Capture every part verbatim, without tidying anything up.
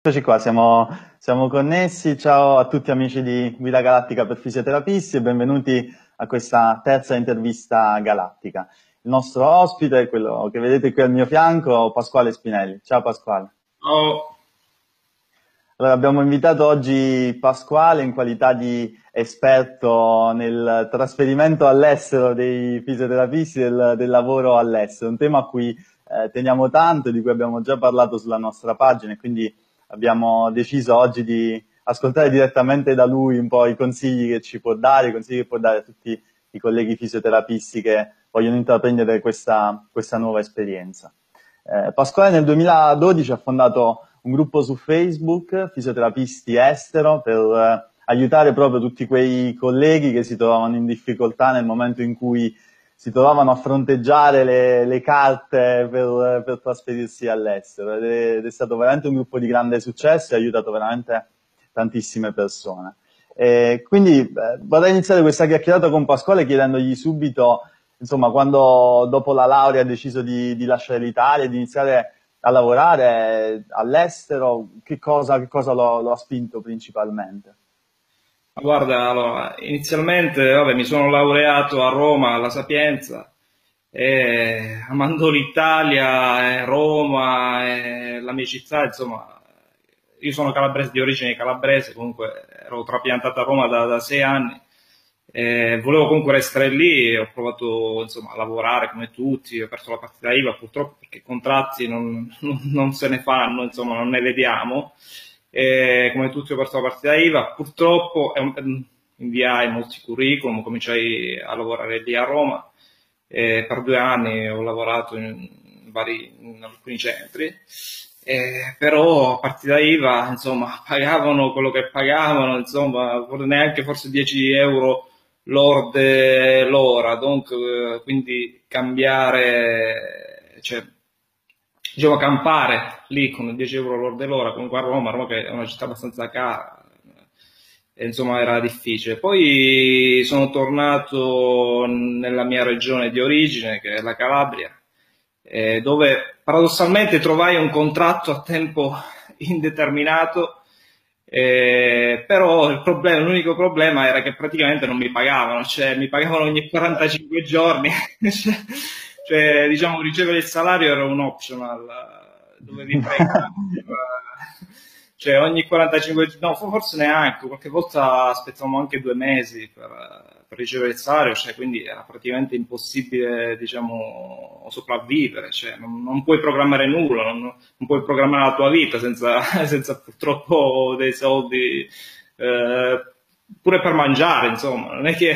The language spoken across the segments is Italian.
Eccoci qua, siamo, siamo connessi. Ciao a tutti amici di Guida Galattica per Fisioterapisti e benvenuti a questa terza intervista galattica. Il nostro ospite, quello che vedete qui al mio fianco, Pasquale Spinelli. Ciao Pasquale. Oh. Allora, abbiamo invitato oggi Pasquale in qualità di esperto nel trasferimento all'estero dei fisioterapisti del, del lavoro all'estero, un tema a cui eh, teniamo tanto, di cui abbiamo già parlato sulla nostra pagina e quindi abbiamo deciso oggi di ascoltare direttamente da lui un po' i consigli che ci può dare, i consigli che può dare a tutti i colleghi fisioterapisti che vogliono intraprendere questa, questa nuova esperienza. Eh, Pasquale nel duemiladodici ha fondato un gruppo su Facebook, Fisioterapisti Estero, per eh, aiutare proprio tutti quei colleghi che si trovavano in difficoltà nel momento in cui si trovavano a fronteggiare le, le carte per, per trasferirsi all'estero. Ed è, ed è stato veramente un gruppo di grande successo e ha aiutato veramente tantissime persone. E quindi eh, vorrei iniziare questa chiacchierata con Pasquale chiedendogli subito, insomma, quando dopo la laurea ha deciso di, di lasciare l'Italia e di iniziare a lavorare all'estero, che cosa, che cosa lo, lo ha spinto principalmente? Guarda, allora, inizialmente vabbè, mi sono laureato a Roma alla Sapienza e amando l'Italia, e Roma, e la mia città, insomma, io sono calabrese, di origine calabrese, comunque ero trapiantato a Roma da, da sei anni e volevo comunque restare lì, ho provato insomma a lavorare come tutti, ho aperto la partita I V A purtroppo perché contratti non, non, non se ne fanno, insomma non ne vediamo. E come tutti ho aperto la partita I V A, purtroppo inviai molti curriculum, cominciai a lavorare lì a Roma e per due anni ho lavorato in, vari, in alcuni centri, e però a partita I V A insomma pagavano quello che pagavano, insomma neanche forse dieci euro lorde l'ora, donc, quindi cambiare, cioè diciamo campare lì con dieci euro lorde l'ora, comunque a Roma, Roma che è una città abbastanza cara, e, insomma era difficile. Poi sono tornato nella mia regione di origine, che è la Calabria, eh, dove paradossalmente trovai un contratto a tempo indeterminato. Eh, però il problema, l'unico problema era che praticamente non mi pagavano, cioè mi pagavano ogni quarantacinque giorni, cioè, cioè diciamo ricevere il salario era un optional, dovevi pregare, cioè ogni quarantacinque giorni, no forse neanche, qualche volta aspettavamo anche due mesi per, per ricevere il salario, cioè quindi era praticamente impossibile diciamo sopravvivere, cioè non, non puoi programmare nulla, non, non puoi programmare la tua vita senza, senza purtroppo dei soldi, eh, pure per mangiare, insomma, non è che...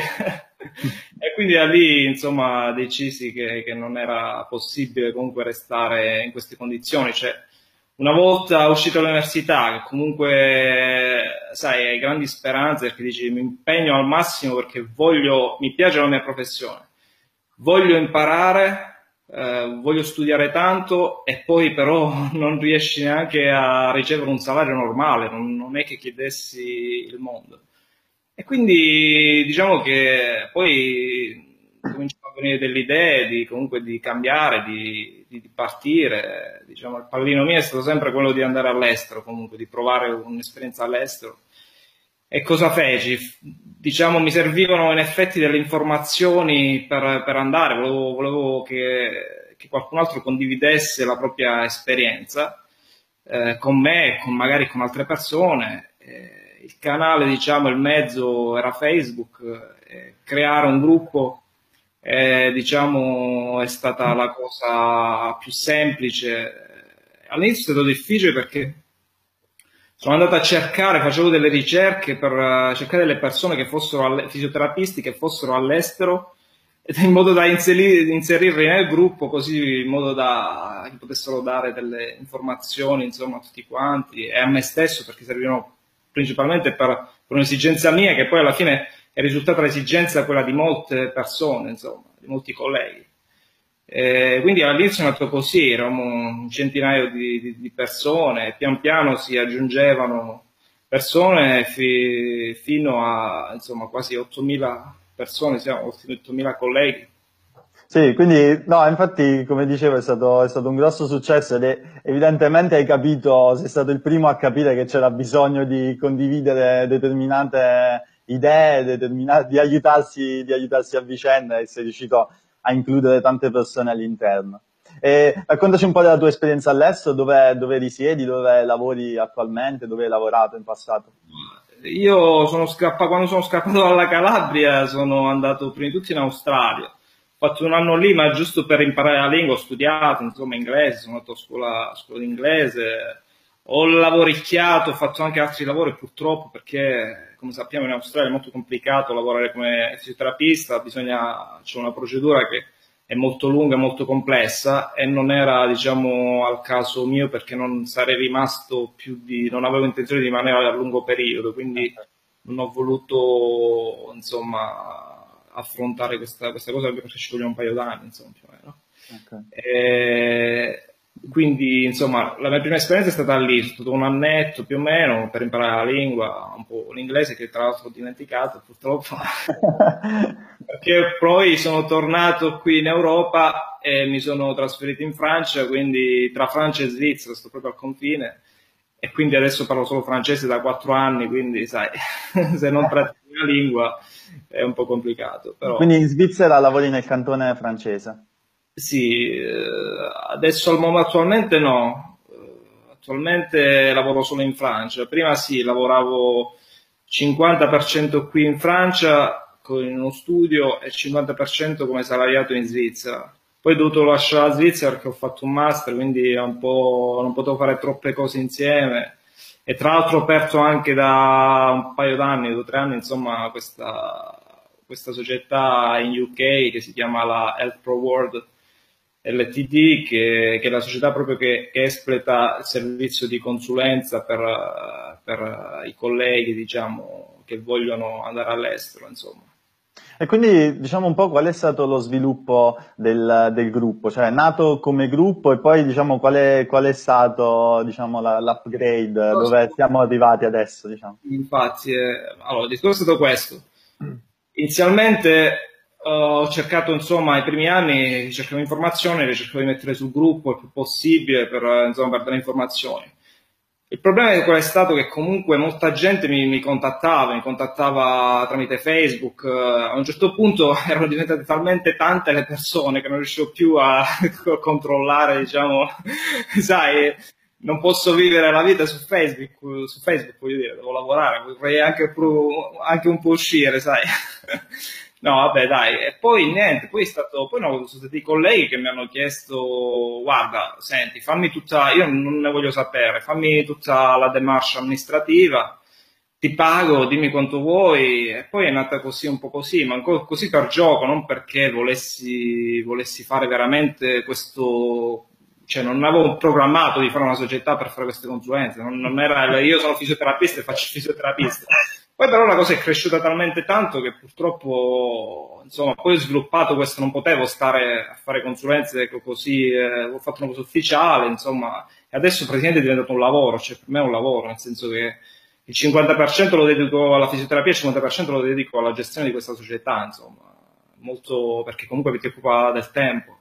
E quindi da lì, insomma, decisi che, che non era possibile comunque restare in queste condizioni, cioè una volta uscito dall'università, che comunque, sai, hai grandi speranze perché dici mi impegno al massimo perché voglio, mi piace la mia professione, voglio imparare, eh, voglio studiare tanto e poi però non riesci neanche a ricevere un salario normale, non, non è che chiedessi il mondo. E quindi diciamo che poi cominciano a venire delle idee di comunque di cambiare, di, di, di partire. Diciamo, il pallino mio è stato sempre quello di andare all'estero, comunque di provare un'esperienza all'estero. E cosa feci? Diciamo, mi servivano in effetti delle informazioni per, per andare, volevo, volevo che, che qualcun altro condividesse la propria esperienza eh, con me, con, magari con altre persone. Eh, il canale, diciamo, il mezzo era Facebook, eh, creare un gruppo, eh, diciamo, è stata la cosa più semplice. All'inizio è stato difficile perché sono andato a cercare, facevo delle ricerche per uh, cercare delle persone che fossero alle, fisioterapisti che fossero all'estero, in modo da inserire, inserirli nel gruppo, così in modo da che potessero dare delle informazioni, insomma, a tutti quanti e a me stesso, perché servivano principalmente per, per un'esigenza mia, che poi alla fine è risultata l'esigenza quella di molte persone, insomma, di molti colleghi. Eh, quindi all'inizio è nato così, eravamo un centinaio di, di, di persone, e pian piano si aggiungevano persone fi, fino a insomma quasi ottomila persone, siamo ottomila colleghi. Sì, quindi no, infatti come dicevo è stato, è stato un grosso successo ed è, evidentemente hai capito, sei stato il primo a capire che c'era bisogno di condividere determinate idee, determinate, di aiutarsi, di aiutarsi a vicenda e sei riuscito a includere tante persone all'interno. E raccontaci un po' della tua esperienza all'estero, dove, dove risiedi, dove lavori attualmente, dove hai lavorato in passato. Io sono scappato, quando sono scappato dalla Calabria sono andato prima di tutto in Australia. Ho fatto un anno lì, ma giusto per imparare la lingua, ho studiato, insomma, inglese, sono andato a scuola, a scuola di inglese, ho lavoricchiato, ho fatto anche altri lavori purtroppo perché, come sappiamo, in Australia è molto complicato lavorare come fisioterapista, bisogna, c'è una procedura che è molto lunga, molto complessa e non era, diciamo, al caso mio perché non sarei rimasto più di, non avevo intenzione di rimanere a lungo periodo, quindi non ho voluto, insomma, affrontare questa, questa cosa perché ci vogliono un paio d'anni, insomma, più o meno. Okay. E quindi, insomma, la mia prima esperienza è stata lì, è stato un annetto più o meno per imparare la lingua, un po' l'inglese che tra l'altro ho dimenticato purtroppo. Perché poi sono tornato qui in Europa e mi sono trasferito in Francia, quindi tra Francia e Svizzera, sto proprio al confine, e quindi adesso parlo solo francese da quattro anni, quindi sai, se non pratichi la lingua è un po' complicato. Però Quindi in Svizzera lavori nel cantone francese? sì, eh, adesso al momento attualmente no, Eh, attualmente lavoro solo in Francia, prima sì, lavoravo cinquanta per cento qui in Francia in uno studio e cinquanta per cento come salariato in Svizzera. Poi ho dovuto lasciare la Svizzera perché ho fatto un master, quindi un po', non potevo fare troppe cose insieme. E tra l'altro ho aperto anche da un paio d'anni, due o tre anni, insomma, questa, questa società in U K che si chiama la Health Pro World L T D, che, che è la società proprio che, che espleta il servizio di consulenza per, per i colleghi, diciamo, che vogliono andare all'estero, insomma. E quindi diciamo un po' qual è stato lo sviluppo del, del gruppo, cioè è nato come gruppo e poi diciamo qual è, qual è stato diciamo, la, l'upgrade, dove siamo arrivati adesso, diciamo. Infatti, eh, allora, il discorso è stato questo. Inizialmente uh, ho cercato, insomma, ai primi anni cercavo informazioni, le cercavo di mettere sul gruppo il più possibile per, insomma, per dare informazioni. Il problema è qual è stato che comunque molta gente mi, mi contattava, mi contattava tramite Facebook, a un certo punto erano diventate talmente tante le persone che non riuscivo più a, a controllare, diciamo, sai, non posso vivere la vita su Facebook, su Facebook voglio dire, devo lavorare, vorrei anche, anche un po' uscire, sai. No, vabbè, dai, e poi niente, poi è stato, poi no, sono stati dei colleghi che mi hanno chiesto, guarda, senti, fammi tutta, io non ne voglio sapere, fammi tutta la démarche amministrativa, ti pago, dimmi quanto vuoi, e poi è nata così, un po' così, ma così per gioco, non perché volessi, volessi fare veramente questo, cioè non avevo programmato di fare una società per fare queste consulenze, non, non era, io sono fisioterapista e faccio fisioterapista. Poi però la cosa è cresciuta talmente tanto che purtroppo, insomma, poi ho sviluppato questo, non potevo stare a fare consulenze così, eh, ho fatto una cosa ufficiale, insomma, e adesso praticamente è diventato un lavoro, cioè per me è un lavoro, nel senso che il cinquanta per cento lo dedico alla fisioterapia, il cinquanta per cento lo dedico alla gestione di questa società, insomma, molto, perché comunque ti occupa del tempo.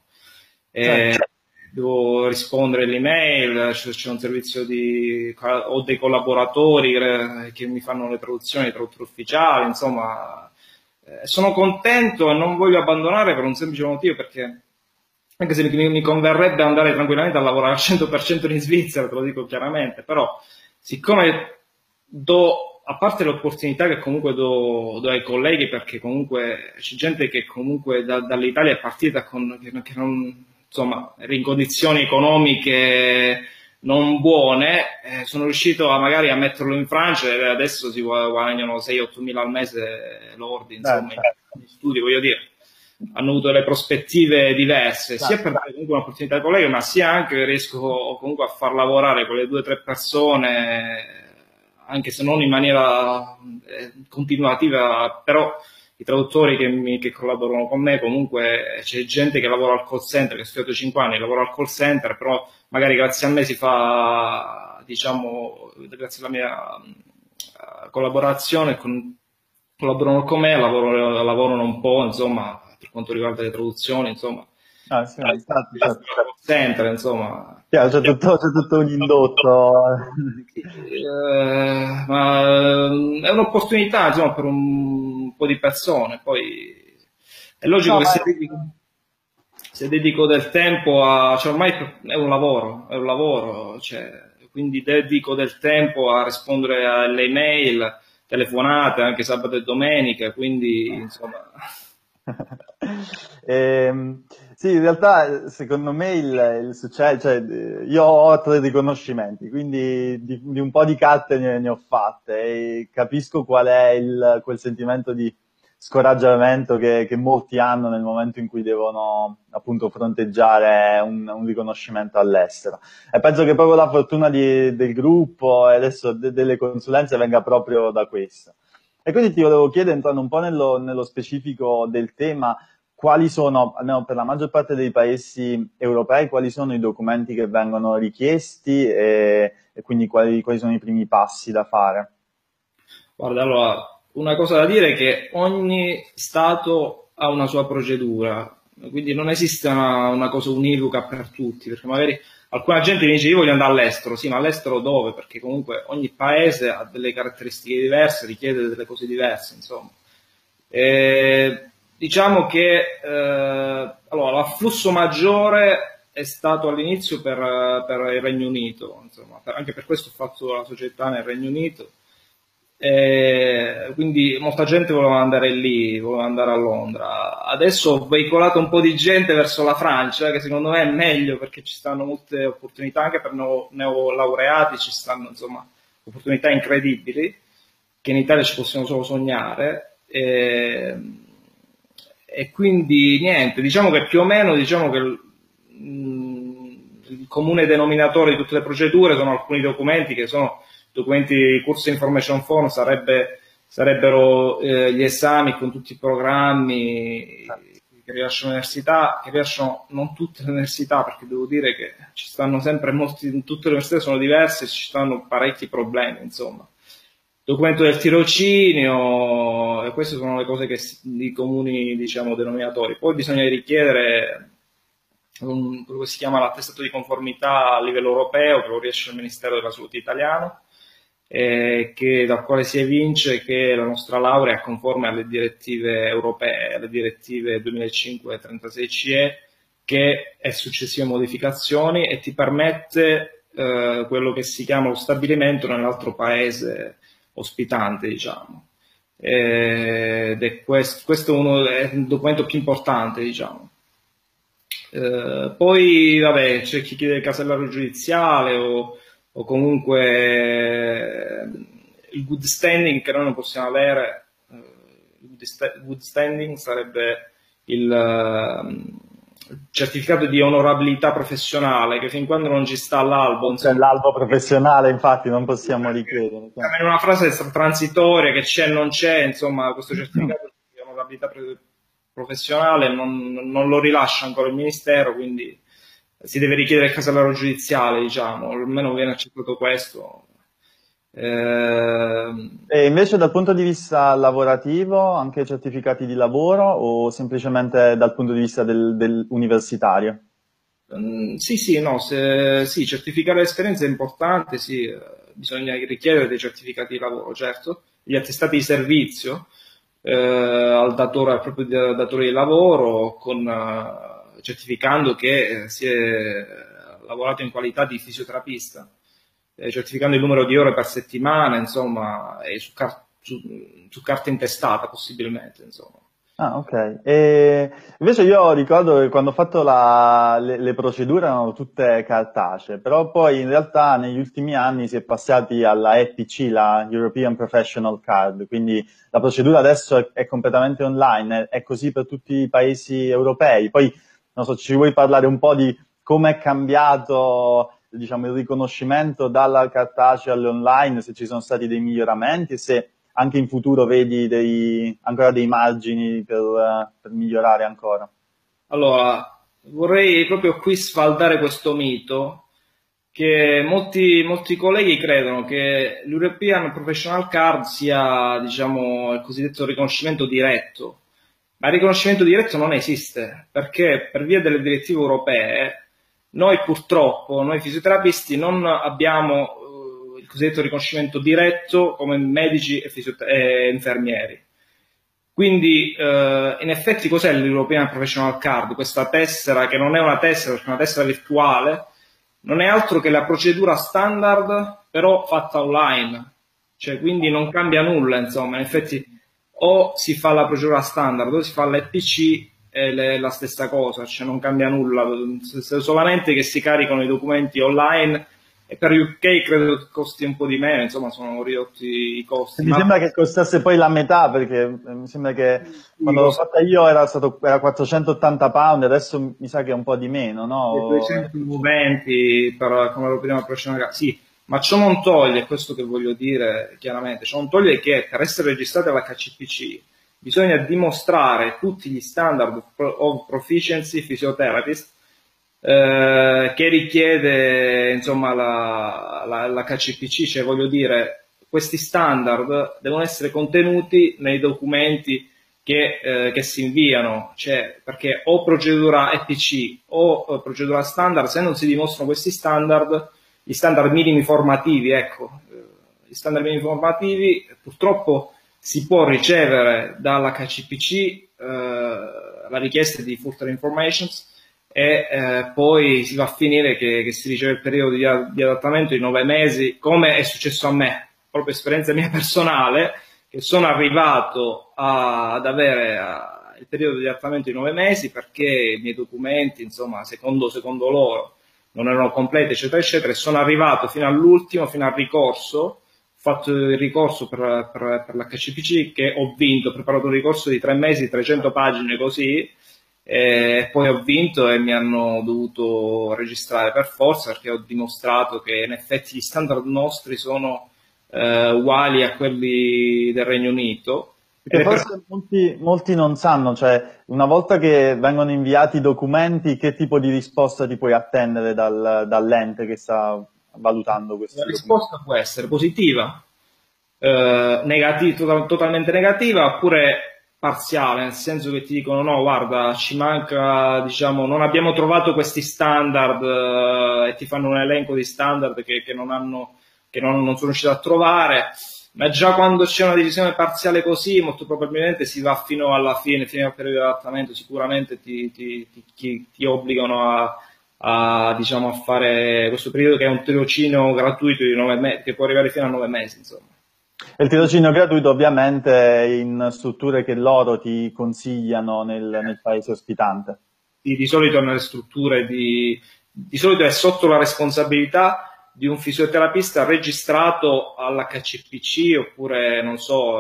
E, certo. Devo rispondere alle email, c'è un servizio di, ho dei collaboratori che mi fanno le traduzioni, le traduzioni ufficiali, insomma, eh, sono contento e non voglio abbandonare per un semplice motivo, perché anche se mi, mi converrebbe andare tranquillamente a lavorare al cento per cento in Svizzera, te lo dico chiaramente, però siccome do, a parte l'opportunità che comunque do, do ai colleghi, perché comunque c'è gente che comunque da, dall'Italia è partita con, che, che non, insomma, in condizioni economiche non buone, eh, sono riuscito a magari a metterlo in Francia e adesso si guadagnano sei otto mila al mese lordi, insomma, eh, certo. In studi, voglio dire, hanno avuto delle prospettive diverse, certo. Sia per comunque un'opportunità di collega, ma sia anche che riesco comunque a far lavorare quelle due o tre persone, anche se non in maniera eh, continuativa, però i traduttori che, mi, che collaborano con me, comunque c'è gente che lavora al call center, che ha studiato cinque anni, lavora al call center, però magari grazie a me si fa, diciamo, grazie alla mia uh, collaborazione, con, collaborano con me, lavorano, lavorano un po', insomma, per quanto riguarda le traduzioni, insomma. Ah, sì, infatti, certo. Center, insomma. Chiaro, c'è tutto, c'è tutto un indotto. Eh, ma è un'opportunità, insomma, per un po' di persone. Poi è logico No, che ma se dedico, se dedico del tempo a, cioè ormai è un lavoro, è un lavoro, cioè, quindi dedico del tempo a rispondere alle email, telefonate, anche sabato e domenica, quindi insomma. Ehm, sì, in realtà secondo me il, il successo, cioè, eh, io ho tre riconoscimenti, quindi di, di un po' di carte ne, ne ho fatte e capisco qual è il, quel sentimento di scoraggiamento che, che molti hanno nel momento in cui devono appunto fronteggiare un, un riconoscimento all'estero. E penso che proprio la fortuna di, del gruppo e adesso de, delle consulenze venga proprio da questo. E quindi ti volevo chiedere, entrando un po' nello, nello specifico del tema, quali sono, almeno per la maggior parte dei paesi europei, quali sono i documenti che vengono richiesti e, e quindi quali, quali sono i primi passi da fare? Guarda, allora, una cosa da dire è che ogni Stato ha una sua procedura, quindi non esiste una, una cosa univoca per tutti, perché magari alcuna gente mi dice io voglio andare all'estero, sì, ma all'estero dove? Perché comunque ogni paese ha delle caratteristiche diverse, richiede delle cose diverse, insomma. E, diciamo che eh, allora, l'afflusso maggiore è stato all'inizio per, per il Regno Unito, insomma, per, anche per questo ho fatto la società nel Regno Unito. E quindi molta gente voleva andare lì, voleva andare a Londra. Adesso ho veicolato un po' di gente verso la Francia, che secondo me è meglio perché ci stanno molte opportunità anche per neo, neolaureati, ci stanno insomma opportunità incredibili che in Italia ci possiamo solo sognare. E, e quindi niente, diciamo che più o meno diciamo che il, il comune denominatore di tutte le procedure sono alcuni documenti che sono documenti di Course Information Form, sarebbe, sarebbero eh, gli esami con tutti i programmi che rilasciano l'università, che rilasciano non tutte le università, perché devo dire che ci stanno sempre molti, tutte le università sono diverse, ci stanno parecchi problemi, insomma. Documento del tirocinio, e queste sono le cose che i comuni, diciamo, denominatori. Poi bisogna richiedere un, quello che si chiama l'attestato di conformità a livello europeo, che lo riesce il Ministero della Salute italiano, eh, che, dal quale si evince che la nostra laurea è conforme alle direttive europee, alle direttive duemilacinque trentasei C E, che è successive modificazioni e ti permette eh, quello che si chiama lo stabilimento nell'altro paese ospitante, diciamo. Ed è questo, questo è, uno, è il documento più importante, diciamo. Eh, poi, vabbè, c'è chi chiede il casellario giudiziale o o comunque eh, il good standing che noi non possiamo avere. Eh, il good standing sarebbe il, uh, il certificato di onorabilità professionale, che fin quando non ci sta all'albo, c'è l'albo professionale, infatti non possiamo richiedere. In una frase transitoria che c'è e non c'è, insomma, questo certificato di onorabilità professionale non, non lo rilascia ancora il Ministero, quindi si deve richiedere il casellario giudiziale, diciamo, almeno viene accettato questo. Eh... E invece dal punto di vista lavorativo, anche certificati di lavoro o semplicemente dal punto di vista del, del universitario? Mm, sì, sì, no, se, sì, certificare l'esperienza è importante, sì, eh, bisogna richiedere dei certificati di lavoro, certo, gli attestati di servizio eh, al datore, al proprio datore di lavoro, con... Eh, certificando che eh, si è lavorato in qualità di fisioterapista, eh, certificando il numero di ore per settimana, insomma, e su, car- su, su carta intestata possibilmente, insomma. Ah, ok. E invece io ricordo che quando ho fatto la, le, le procedure erano tutte cartacee, però poi in realtà negli ultimi anni si è passati alla E P C, la European Professional Card, quindi la procedura adesso è, è completamente online, è, è così per tutti i paesi europei. Poi non so, ci vuoi parlare un po' di come è cambiato, diciamo, il riconoscimento dalla cartacea all'online, se ci sono stati dei miglioramenti e se anche in futuro vedi dei, ancora dei margini per, per migliorare ancora? Allora, vorrei proprio qui sfaldare questo mito che molti, molti colleghi credono che l'European Professional Card sia, diciamo, il cosiddetto riconoscimento diretto. Ma il riconoscimento diretto non esiste, perché per via delle direttive europee noi purtroppo, noi fisioterapisti, non abbiamo uh, il cosiddetto riconoscimento diretto come medici e, e infermieri. Quindi eh, in effetti cos'è l'European Professional Card? Questa tessera, che non è una tessera perché è una tessera virtuale, non è altro che la procedura standard però fatta online, cioè quindi non cambia nulla, insomma. In effetti o si fa la procedura standard o si fa l'E P C, è la stessa cosa, cioè non cambia nulla, solamente che si caricano i documenti online. E per U K credo che costi un po' di meno, insomma sono ridotti i costi. Mi ma... sembra che costasse poi la metà, perché mi sembra che sì, quando l'ho fatta io era stato era quattrocentottanta pound, adesso mi sa che è un po' di meno, no? duecentoventi per, come lo prima professionale, sì, ma ciò non toglie, questo che voglio dire chiaramente, ciò non toglie che per essere registrati all'H C P C bisogna dimostrare tutti gli standard of proficiency physiotherapist Eh, che richiede insomma la, la, l'H C P C, cioè voglio dire, questi standard devono essere contenuti nei documenti che, eh, che si inviano, cioè perché o procedura E P C o, o procedura standard, se non si dimostrano questi standard, gli standard minimi formativi, ecco, eh, gli standard minimi formativi purtroppo si può ricevere dall'H C P C eh, la richiesta di further informations e eh, poi si va a finire che, che si riceve il periodo di, di adattamento di nove mesi, come è successo a me, proprio esperienza mia personale, che sono arrivato a, ad avere a, il periodo di adattamento di nove mesi perché i miei documenti, insomma, secondo, secondo loro non erano completi, eccetera, eccetera, e sono arrivato fino all'ultimo, fino al ricorso, ho fatto il ricorso per, per, per l'H C P C che ho vinto, ho preparato un ricorso di tre mesi, trecento pagine così, e poi ho vinto e mi hanno dovuto registrare per forza perché ho dimostrato che in effetti gli standard nostri sono eh, uguali a quelli del Regno Unito. Perché forse per... molti, molti non sanno, cioè una volta che vengono inviati i documenti, che tipo di risposta ti puoi attendere dal, dall'ente che sta valutando questi La risposta documenti? Può essere positiva, eh, negativa, totalmente negativa, oppure parziale, nel senso che ti dicono no, guarda, ci manca, diciamo, non abbiamo trovato questi standard eh, e ti fanno un elenco di standard che, che non hanno, che non, non sono riuscito a trovare, ma già quando c'è una decisione parziale così, molto probabilmente si va fino alla fine, fino al periodo di adattamento, sicuramente ti, ti, ti, ti obbligano a, a, diciamo, a fare questo periodo che è un tirocinio gratuito di nove mesi, che può arrivare fino a nove mesi, insomma. E il tirocinio gratuito ovviamente in strutture che loro ti consigliano nel, nel paese ospitante. Di, di solito nelle strutture, di, di solito è sotto la responsabilità di un fisioterapista registrato all'H C P C oppure, non so,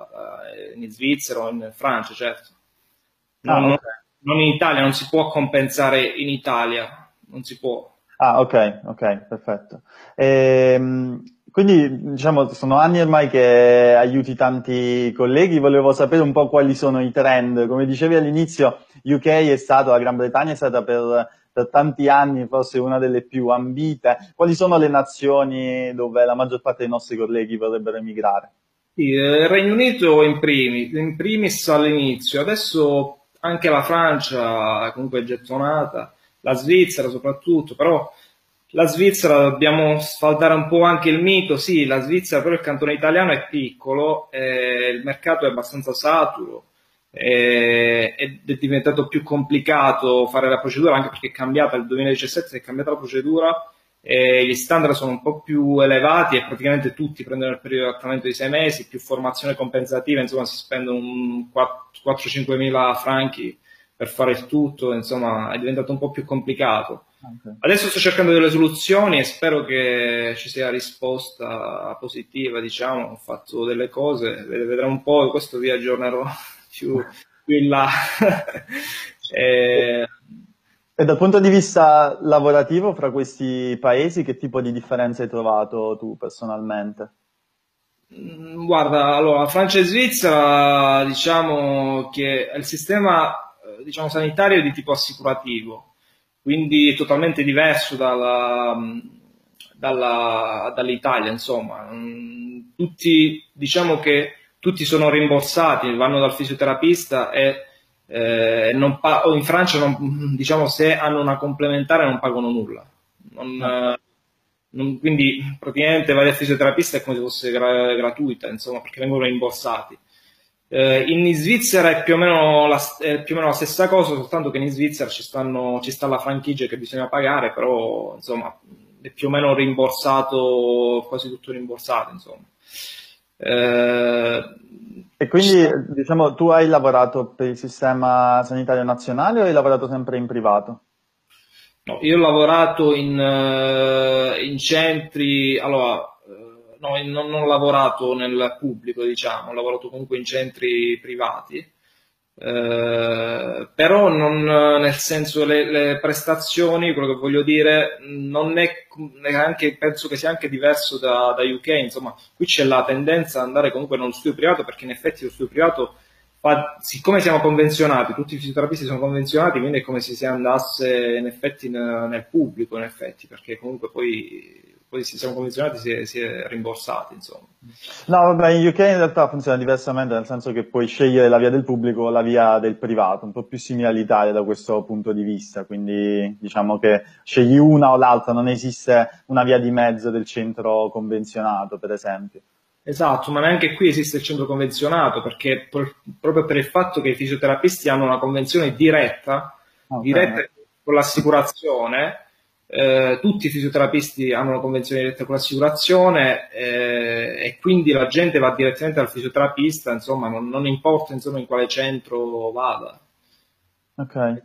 in Svizzera o in Francia, certo. Non, ah, okay. non in Italia, non si può compensare in Italia, non si può. Ah, ok, ok, perfetto. Ehm... Quindi, diciamo, sono anni ormai che aiuti tanti colleghi, volevo sapere un po' quali sono i trend. Come dicevi all'inizio, U K è stato, la Gran Bretagna è stata per, per tanti anni forse una delle più ambite. Quali sono le nazioni dove la maggior parte dei nostri colleghi vorrebbero emigrare? Sì, il Regno Unito in primis, in primis all'inizio, adesso anche la Francia comunque è gettonata, la Svizzera soprattutto, però... La Svizzera, dobbiamo sfaldare un po' anche il mito, sì, la Svizzera però il cantone italiano è piccolo, eh, il mercato è abbastanza saturo, eh, ed è diventato più complicato fare la procedura anche perché è cambiata, nel duemiladiciassette è cambiata la procedura, e gli standard sono un po' più elevati e praticamente tutti prendono il periodo di adattamento di sei mesi, più formazione compensativa, insomma si spendono un quattro cinque mila franchi per fare il tutto, insomma è diventato un po' più complicato. Okay. Adesso sto cercando delle soluzioni e spero che ci sia risposta positiva, diciamo, ho fatto delle cose, vedremo un po', questo vi aggiornerò più, più in là. e... e dal punto di vista lavorativo fra questi paesi, che tipo di differenze hai trovato tu personalmente? Guarda, allora, Francia e Svizzera, diciamo che il sistema, diciamo, sanitario è di tipo assicurativo, quindi è totalmente diverso dalla, dalla, dall'Italia, insomma. Tutti, diciamo che tutti sono rimborsati, vanno dal fisioterapista e eh, non pa- o in Francia, non, diciamo, se hanno una complementare non pagano nulla. Non, No. eh, non- quindi praticamente vai dal fisioterapista è come se fosse gra- gratuita, insomma, perché vengono rimborsati. Eh, in Svizzera è più o meno la, è più o meno la stessa cosa, soltanto che in Svizzera ci stanno, ci sta la franchigia che bisogna pagare, però insomma è più o meno rimborsato, quasi tutto rimborsato, insomma. Eh, E ci quindi, sta- diciamo, tu hai lavorato per il sistema sanitario nazionale o hai lavorato sempre in privato? no, io ho lavorato in, eh, in centri, allora, eh, no, in- non, non ho lavorato nel pubblico, diciamo, ho lavorato comunque in centri privati. Eh, però non, nel senso le, le prestazioni, quello che voglio dire, non è, è anche, penso che sia anche diverso da, da U K, insomma, qui c'è la tendenza ad andare comunque nello studio privato, perché in effetti lo studio privato fa, siccome siamo convenzionati, tutti i fisioterapisti sono convenzionati, quindi è come se si andasse in effetti nel, nel pubblico, in effetti, perché comunque poi, poi se siamo convenzionati si è, si è rimborsati, insomma. No, vabbè, in U K in realtà funziona diversamente, nel senso che puoi scegliere la via del pubblico o la via del privato, un po' più simile all'Italia da questo punto di vista, quindi diciamo che scegli una o l'altra, non esiste una via di mezzo del centro convenzionato, per esempio. Esatto, ma neanche qui esiste il centro convenzionato, perché por- proprio per il fatto che i fisioterapisti hanno una convenzione diretta, Ok. diretta con l'assicurazione, eh, tutti i fisioterapisti hanno una convenzione diretta con l'assicurazione, eh, e quindi la gente va direttamente al fisioterapista, insomma, non, non importa insomma, in quale centro vada. Ok.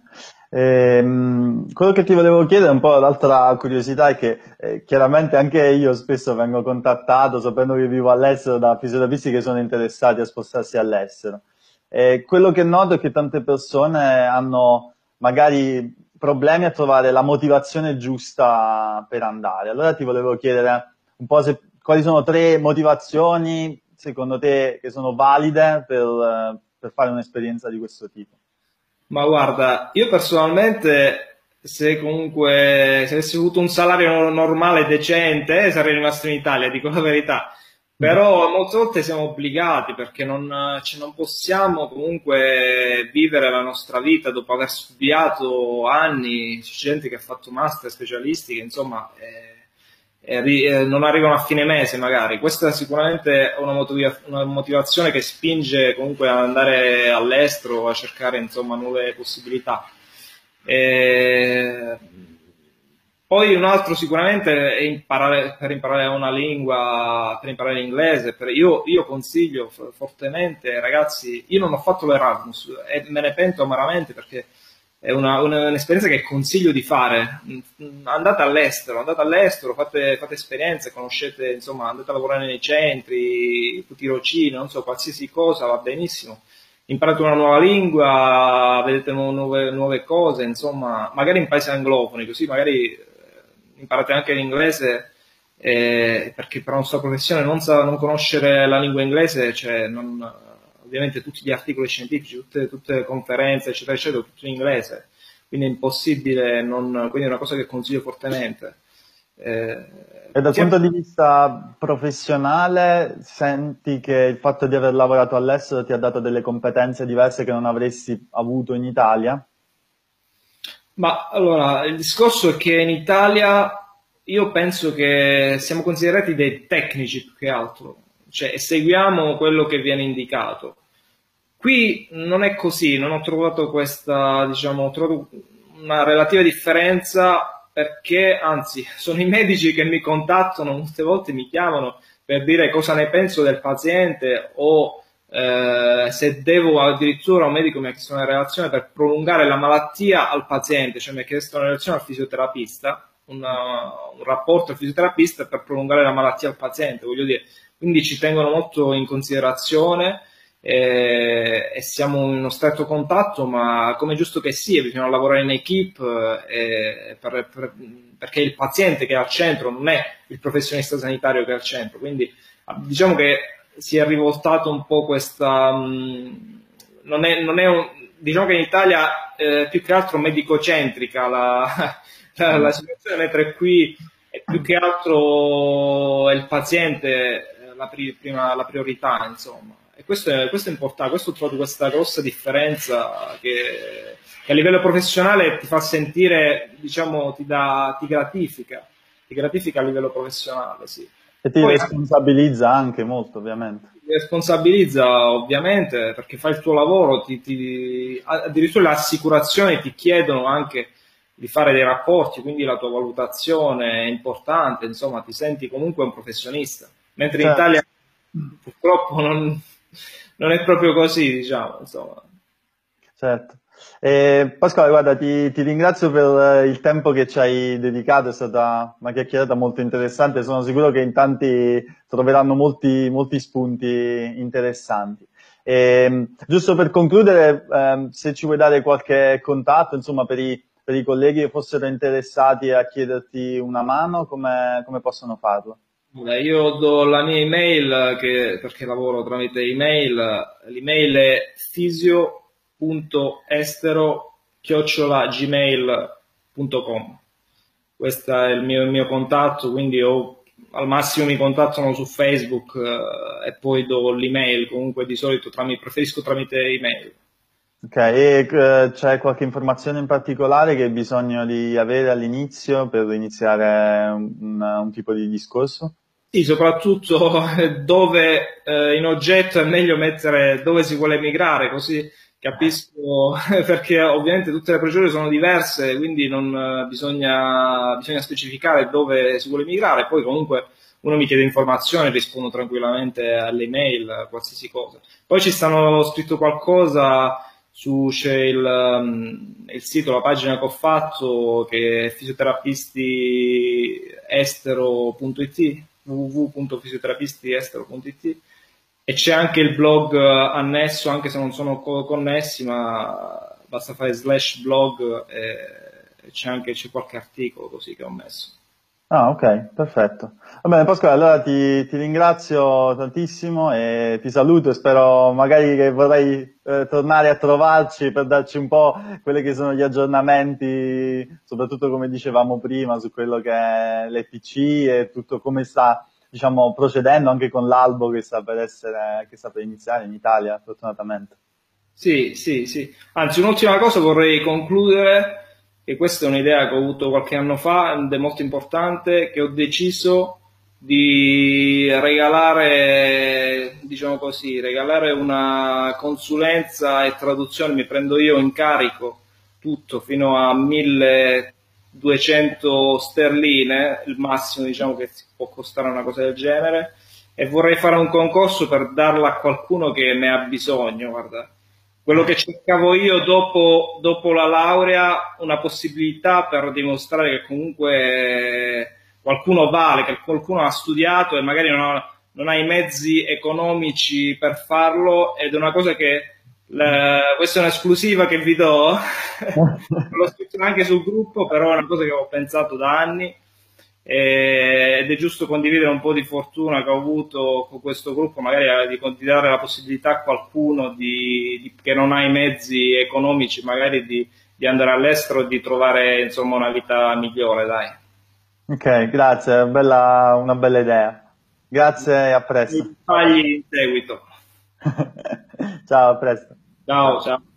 Ehm, quello che ti volevo chiedere, un po' l'altra curiosità, è che eh, chiaramente anche io spesso vengo contattato, sapendo che vivo all'estero, da fisioterapisti che sono interessati a spostarsi all'estero. E quello che noto è che tante persone hanno magari problemi a trovare la motivazione giusta per andare. Allora ti volevo chiedere un po' se, quali sono tre motivazioni, secondo te, che sono valide per, eh, per fare un'esperienza di questo tipo. Ma guarda, io personalmente, se comunque se avessi avuto un salario normale e decente, eh, sarei rimasto in Italia, dico la verità. Però molte volte siamo obbligati perché non, cioè, non possiamo comunque vivere la nostra vita dopo aver studiato anni. C'è gente che ha fatto master specialistiche, insomma, eh, e arri- eh, non arrivano a fine mese magari. Questa è sicuramente una, motiva- una motivazione che spinge comunque ad andare all'estero a cercare insomma nuove possibilità. E poi un altro sicuramente è imparare, per imparare una lingua, per imparare l'inglese. Per- io, io consiglio f- fortemente, ragazzi, io non ho fatto l'Erasmus e me ne pento amaramente perché è una- una- un'esperienza che consiglio di fare. Mm, Andate all'estero, andate all'estero, fate, fate esperienze, conoscete, insomma, andate a lavorare nei centri, tirocini, non so, qualsiasi cosa va benissimo. Imparate una nuova lingua, vedete nu- nuove, nuove cose, insomma, magari in paesi anglofoni, così magari eh, imparate anche l'inglese, eh, perché per la nostra professione non, sa- non conoscere la lingua inglese, cioè non, ovviamente tutti gli articoli scientifici, tutte, tutte le conferenze, eccetera, eccetera, tutto in inglese, quindi è impossibile, non, quindi è una cosa che consiglio fortemente. Eh, E dal sia punto di vista professionale, senti che il fatto di aver lavorato all'estero ti ha dato delle competenze diverse che non avresti avuto in Italia? Ma allora, il discorso è che in Italia io penso che siamo considerati dei tecnici più che altro, cioè seguiamo quello che viene indicato. Qui non è così, non ho trovato questa, diciamo, ho trovato una relativa differenza perché, anzi, sono i medici che mi contattano, molte volte mi chiamano per dire cosa ne penso del paziente o eh, se devo addirittura un medico mi ha chiesto una relazione per prolungare la malattia al paziente, cioè mi ha chiesto una relazione al fisioterapista, una, un rapporto al fisioterapista per prolungare la malattia al paziente, voglio dire, quindi ci tengono molto in considerazione e, e siamo in uno stretto contatto, ma come è giusto che sia, bisogna lavorare in equipe eh, per, per, perché il paziente che è al centro non è il professionista sanitario che è al centro, quindi diciamo che si è rivoltato un po' questa mh, non è, non è un, diciamo che in Italia eh, più che altro medicocentrica la, la, la situazione, mentre qui è più che altro è il paziente la, pri, prima, la priorità, insomma, e questo è, questo è importante, questo ho trovato questa grossa differenza che, che a livello professionale ti fa sentire, diciamo, ti dà, ti gratifica, ti gratifica a livello professionale, sì. E ti Poi, responsabilizza anche molto, ovviamente. ti responsabilizza ovviamente perché fai il tuo lavoro, ti, ti, addirittura le assicurazioni ti chiedono anche di fare dei rapporti, quindi la tua valutazione è importante, insomma ti senti comunque un professionista, mentre in Certo. Italia purtroppo non, non è proprio così, diciamo, insomma. Certo. Eh, Pasquale, guarda, ti, ti ringrazio per il tempo che ci hai dedicato, è stata una chiacchierata molto interessante, sono sicuro che in tanti troveranno molti, molti spunti interessanti. Eh, giusto per concludere, eh, se ci vuoi dare qualche contatto, insomma, per i, per i colleghi che fossero interessati a chiederti una mano, come, come possono farlo? Io do la mia email che, perché lavoro tramite email, l'email è fisio.estero chiocciola gmail punto com. Questo è il mio, il mio contatto, quindi ho, al massimo mi contattano su Facebook eh, e poi do l'email, comunque di solito tramite, preferisco tramite email. Ok, e eh, c'è qualche informazione in particolare che hai bisogno di avere all'inizio per iniziare un, un tipo di discorso? Sì, soprattutto dove eh, in oggetto è meglio mettere dove si vuole migrare, così capisco, perché ovviamente tutte le procedure sono diverse, quindi non, bisogna, bisogna specificare dove si vuole migrare, poi comunque uno mi chiede informazioni, rispondo tranquillamente alle email, qualsiasi cosa. Poi ci stanno scritto qualcosa su c'è il, um, il sito, la pagina che ho fatto che è fisioterapistiestero punto it, w w w punto fisioterapistiestero punto it, e c'è anche il blog annesso, anche se non sono co connessi, ma basta fare slash blog e c'è anche c'è qualche articolo così che ho messo. Ah, ok, perfetto. Va bene, Pasquale, allora ti, ti ringrazio tantissimo e ti saluto e spero magari che vorrai eh, tornare a trovarci per darci un po' quelli che sono gli aggiornamenti, soprattutto come dicevamo prima, su quello che è l'E P C e tutto come sta, diciamo, procedendo anche con l'albo che sta per essere, che sta per iniziare in Italia, fortunatamente. Sì, sì, sì. Anzi, un'ultima cosa vorrei concludere, che questa è un'idea che ho avuto qualche anno fa ed è molto importante, che ho deciso di regalare, diciamo così, regalare una consulenza e traduzione, mi prendo io in carico tutto fino a milleduecento sterline, il massimo diciamo che può costare una cosa del genere, e vorrei fare un concorso per darla a qualcuno che ne ha bisogno, guarda. Quello che cercavo io dopo, dopo la laurea, una possibilità per dimostrare che comunque qualcuno vale, che qualcuno ha studiato e magari non ha, non ha i mezzi economici per farlo, ed è una cosa che, la, questa è un'esclusiva che vi do, l'ho scritto anche sul gruppo, però è una cosa che ho pensato da anni. Ed è giusto condividere un po' di fortuna che ho avuto con questo gruppo, magari di, di dare la possibilità a qualcuno di, di, che non ha i mezzi economici magari di, di andare all'estero e di trovare insomma una vita migliore, dai. Ok, grazie, bella, una bella idea. Grazie e a presto. Fagli in seguito. Ciao, a presto. Ciao, ciao.